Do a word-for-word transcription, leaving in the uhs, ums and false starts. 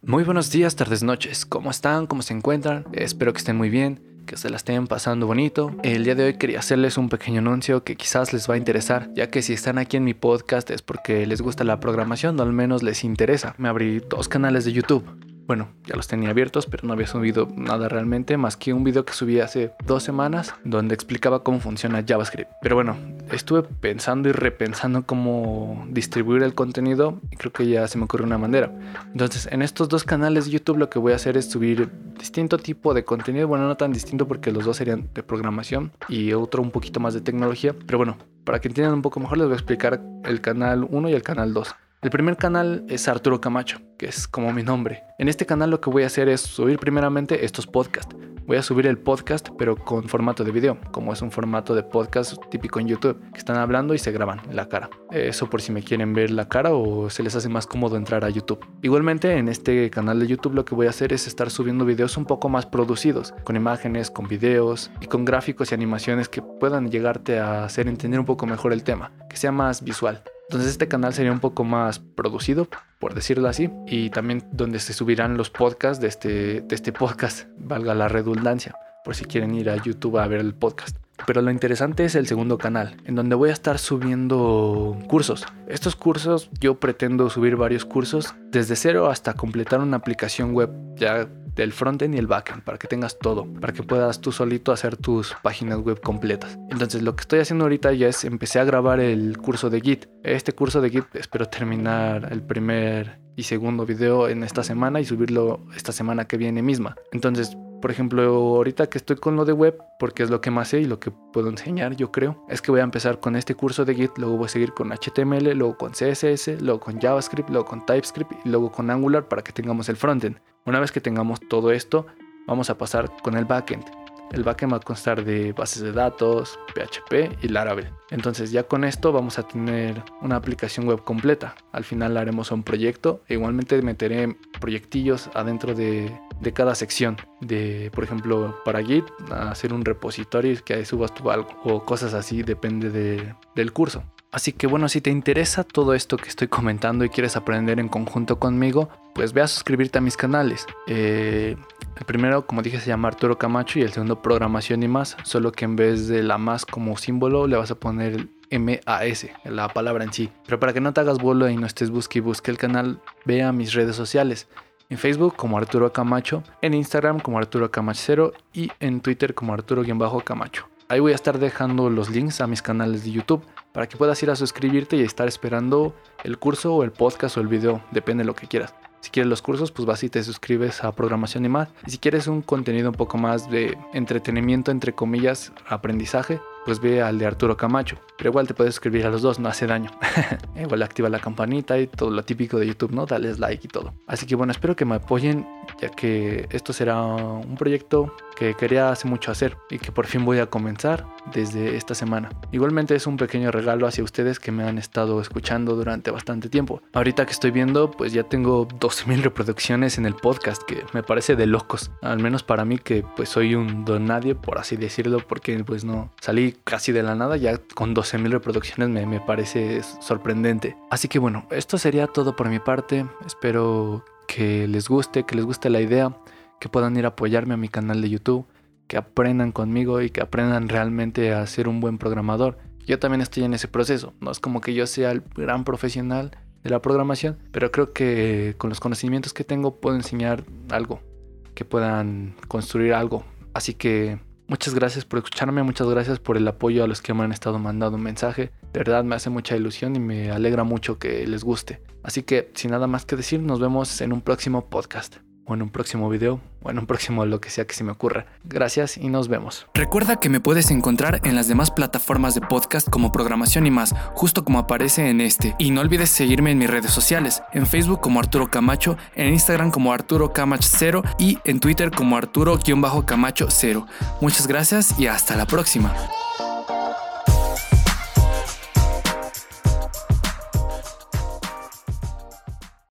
Muy buenos días, tardes, noches. ¿Cómo están? ¿Cómo se encuentran? Espero que estén muy bien, que se la estén pasando bonito. El día de hoy quería hacerles un pequeño anuncio que quizás les va a interesar, ya que si están aquí en mi podcast es porque les gusta la programación o al menos les interesa. Me abrí dos canales de YouTube. Bueno, ya los tenía abiertos, pero no había subido nada realmente, más que un video que subí hace dos semanas donde explicaba cómo funciona JavaScript. Pero bueno, estuve pensando y repensando cómo distribuir el contenido y creo que ya se me ocurrió una manera. Entonces, en estos dos canales de YouTube lo que voy a hacer es subir distinto tipo de contenido. Bueno, no tan distinto porque los dos serían de programación y otro un poquito más de tecnología. Pero bueno, para que entiendan un poco mejor les voy a explicar el canal uno y el canal dos. El primer canal es Arturo Camacho, que es como mi nombre. En este canal lo que voy a hacer es subir primeramente estos podcasts. Voy a subir el podcast, pero con formato de video, como es un formato de podcast típico en YouTube, que están hablando y se graban la cara. Eso por si me quieren ver la cara o se les hace más cómodo entrar a YouTube. Igualmente, en este canal de YouTube lo que voy a hacer es estar subiendo videos un poco más producidos, con imágenes, con videos y con gráficos y animaciones que puedan llegarte a hacer entender un poco mejor el tema, que sea más visual. Entonces este canal sería un poco más producido, por decirlo así, y también donde se subirán los podcasts de este, de este podcast, valga la redundancia, por si quieren ir a YouTube a ver el podcast. Pero lo interesante es el segundo canal, en donde voy a estar subiendo cursos. Estos cursos, yo pretendo subir varios cursos desde cero hasta completar una aplicación web ya del frontend y el backend, para que tengas todo, para que puedas tú solito hacer tus páginas web completas. Entonces lo que estoy haciendo ahorita ya es, empecé a grabar el curso de Git. Este curso de Git espero terminar el primer y segundo video en esta semana y subirlo esta semana que viene misma. Entonces, por ejemplo, ahorita que estoy con lo de web, porque es lo que más sé y lo que puedo enseñar, yo creo, es que voy a empezar con este curso de Git, luego voy a seguir con H T M L, luego con C S S, luego con JavaScript, luego con TypeScript y luego con Angular para que tengamos el frontend. Una vez que tengamos todo esto, vamos a pasar con el backend. El backend va a constar de bases de datos, P H P y Laravel. Entonces ya con esto vamos a tener una aplicación web completa. Al final haremos un proyecto e igualmente meteré proyectillos adentro de, de cada sección. De, por ejemplo, para Git, hacer un repositorio que ahí subas tú algo o cosas así, depende de, del curso. Así que bueno, si te interesa todo esto que estoy comentando y quieres aprender en conjunto conmigo, pues ve a suscribirte a mis canales. Eh, el primero, como dije, se llama Arturo Camacho y el segundo Programación y Más, solo que en vez de la más como símbolo le vas a poner M A S, la palabra en sí. Pero para que no te hagas bolo y no estés busque y busque el canal, ve a mis redes sociales. En Facebook como Arturo Camacho, en Instagram como Arturo Camacho cero y en Twitter como Arturo-Camacho. Ahí voy a estar dejando los links a mis canales de YouTube para que puedas ir a suscribirte y estar esperando el curso o el podcast o el video, depende de lo que quieras. Si quieres los cursos, pues vas y te suscribes a Programación y Más. Y si quieres un contenido un poco más de entretenimiento, entre comillas, aprendizaje, pues ve al de Arturo Camacho. Pero igual te puedes suscribir a los dos, no hace daño. Igual activa la campanita y todo lo típico de YouTube, ¿no? Dales like y todo. Así que bueno, espero que me apoyen, ya que esto será un proyecto que quería hace mucho hacer y que por fin voy a comenzar desde esta semana. Igualmente es un pequeño regalo hacia ustedes que me han estado escuchando durante bastante tiempo. Ahorita que estoy viendo, pues ya tengo doce mil reproducciones en el podcast, que me parece de locos. Al menos para mí, que pues soy un don nadie, por así decirlo, porque pues no salí casi de la nada, ya con doce mil reproducciones me, me parece sorprendente. Así que bueno, esto sería todo por mi parte. Espero que les guste, que les guste la idea, que puedan ir a apoyarme a mi canal de YouTube, que aprendan conmigo y que aprendan realmente a ser un buen programador. Yo también estoy en ese proceso, no es como que yo sea el gran profesional de la programación, pero creo que con los conocimientos que tengo puedo enseñar algo, que puedan construir algo. Así que muchas gracias por escucharme, muchas gracias por el apoyo a los que me han estado mandando un mensaje. De verdad me hace mucha ilusión y me alegra mucho que les guste. Así que sin nada más que decir, nos vemos en un próximo podcast, o en un próximo video, o en un próximo lo que sea que se me ocurra. Gracias y nos vemos. Recuerda que me puedes encontrar en las demás plataformas de podcast como Programación y Más, justo como aparece en este. Y no olvides seguirme en mis redes sociales, en Facebook como Arturo Camacho, en Instagram como Arturo Camacho cero y en Twitter como Arturo-Camacho cero. Muchas gracias y hasta la próxima.